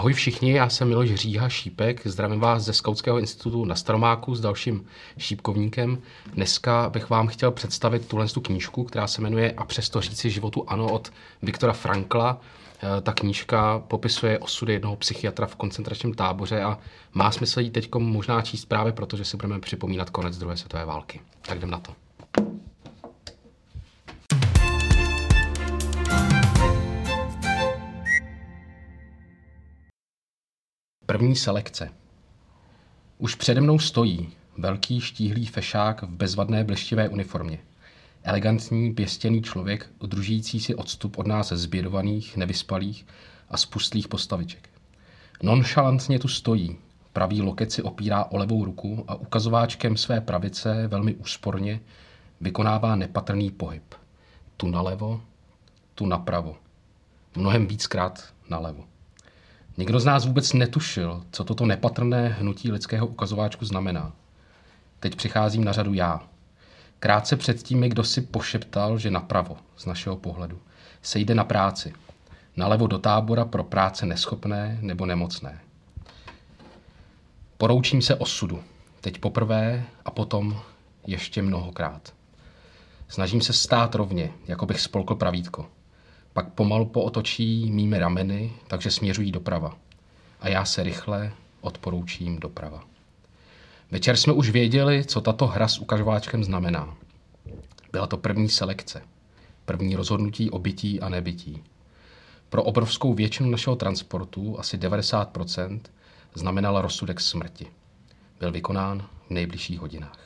Ahoj všichni, já jsem Miloš Říha Šípek, zdravím vás ze Skautského institutu na Staromáku s dalším šípkovníkem. Dneska bych vám chtěl představit tu knížku, která se jmenuje A přesto říci životu ano od Viktora Frankla. Ta knížka popisuje osudy jednoho psychiatra v koncentračním táboře a má smysl ji teď možná číst právě proto, že si budeme připomínat konec druhé světové války. Tak jdem na to. První selekce. Už přede mnou stojí velký štíhlý fešák v bezvadné blištivé uniformě. Elegantní, pěstěný člověk, udržující si odstup od nás zbědovaných, nevyspalých a spustlých postaviček. Nonšalantně tu stojí, pravý loket si opírá o levou ruku a ukazováčkem své pravice velmi úsporně vykonává nepatrný pohyb. Tu nalevo, tu napravo. Mnohem víckrát nalevo. Nikdo z nás vůbec netušil, co toto nepatrné hnutí lidského ukazováčku znamená. Teď přicházím na řadu já. Krátce předtím mi kdosi pošeptal, že napravo, z našeho pohledu, se jde na práci. Nalevo do tábora pro práce neschopné nebo nemocné. Poroučím se osudu. Teď poprvé a potom ještě mnohokrát. Snažím se stát rovně, jako bych spolkl pravítko. Pak pomalu pootočí mými rameny, takže směřují doprava. A já se rychle odporoučím doprava. Večer jsme už věděli, co tato hra s ukazováčkem znamená. Byla to první selekce. První rozhodnutí o bytí a nebytí. Pro obrovskou většinu našeho transportu, asi 90%, znamenala rozsudek smrti. Byl vykonán v nejbližších hodinách.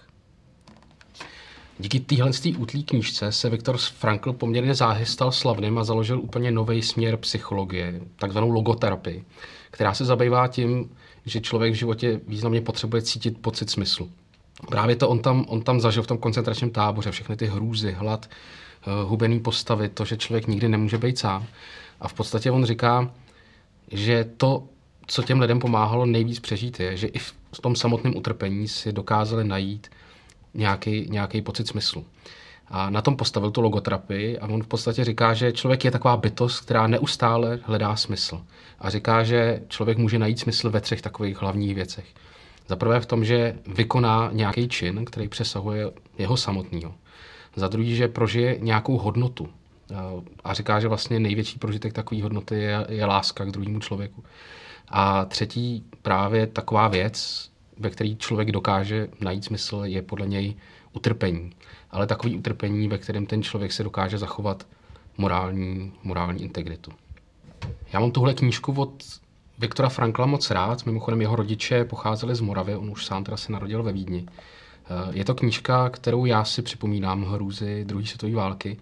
Díky téhle útlý knížce se Viktor Frankl poměrně záhy stal slavným a založil úplně nový směr psychologie, takzvanou logoterapii, která se zabývá tím, že člověk v životě významně potřebuje cítit pocit smyslu. Právě to on tam zažil v tom koncentračním táboře, všechny ty hrůzy, hlad, hubený postavy, to, že člověk nikdy nemůže být sám. A v podstatě on říká, že to, co těm lidem pomáhalo nejvíc přežít, je, že i v tom samotném utrpení si dokázali najít nějaký pocit smyslu. A na tom postavil tu logoterapii a on v podstatě říká, že člověk je taková bytost, která neustále hledá smysl. A říká, že člověk může najít smysl ve 3 takových hlavních věcech. Za prvé v tom, že vykoná nějaký čin, který přesahuje jeho samotného. Za druhý, že prožije nějakou hodnotu. A říká, že vlastně největší prožitek takové hodnoty je láska k druhému člověku. A třetí právě taková věc, ve který člověk dokáže najít smysl, je podle něj utrpení. Ale takový utrpení, ve kterém ten člověk se dokáže zachovat morální integritu. Já mám tuhle knížku od Viktora Frankla moc rád. Mimochodem jeho rodiče pocházeli z Moravy, on už sám teda se narodil ve Vídni. Je to knížka, kterou já si připomínám hrůzy druhé světové války.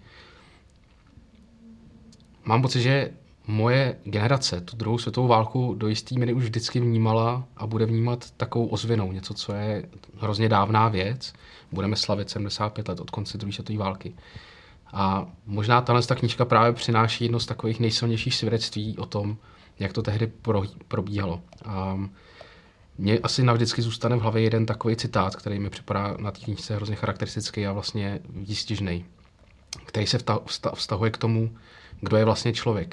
Mám pocit, že moje generace tu druhou světovou válku do jistý míry už vždycky vnímala a bude vnímat takovou ozvěnou. Něco, co je hrozně dávná věc. Budeme slavit 75 let od konce druhé světové války. A možná ta knížka právě přináší jedno z takových nejsilnějších svědectví o tom, jak to tehdy probíhalo. A mně asi navždycky zůstane v hlavě jeden takový citát, který mi připadá na té knížce hrozně charakteristický a vlastně výstižný, který se vztahuje k tomu, kdo je vlastně člověk.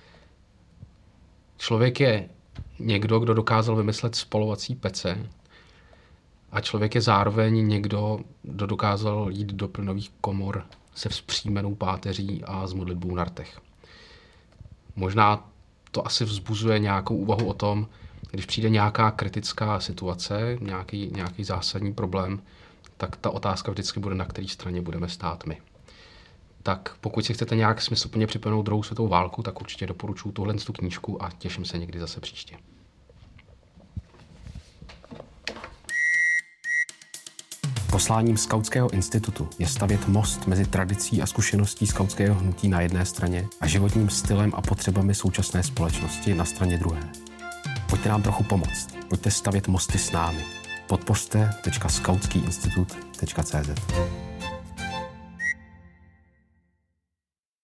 Člověk je někdo, kdo dokázal vymyslet spalovací pece a člověk je zároveň někdo, kdo dokázal jít do plynových komor se vzpřímenou páteří a s modlitbou na rtech. Možná to asi vzbuzuje nějakou úvahu o tom, když přijde nějaká kritická situace, nějaký zásadní problém, tak ta otázka vždycky bude, na které straně budeme stát my. Tak pokud si chcete nějak smysluplně připomenout druhou světovou válku, tak určitě doporučuji tuhle knížku a těším se někdy zase příště. Posláním Skautského institutu je stavět most mezi tradicí a zkušeností skautského hnutí na jedné straně a životním stylem a potřebami současné společnosti na straně druhé. Pojďte nám trochu pomoct. Pojďte stavět mosty s námi. Podpořte.skautskýinstitut.cz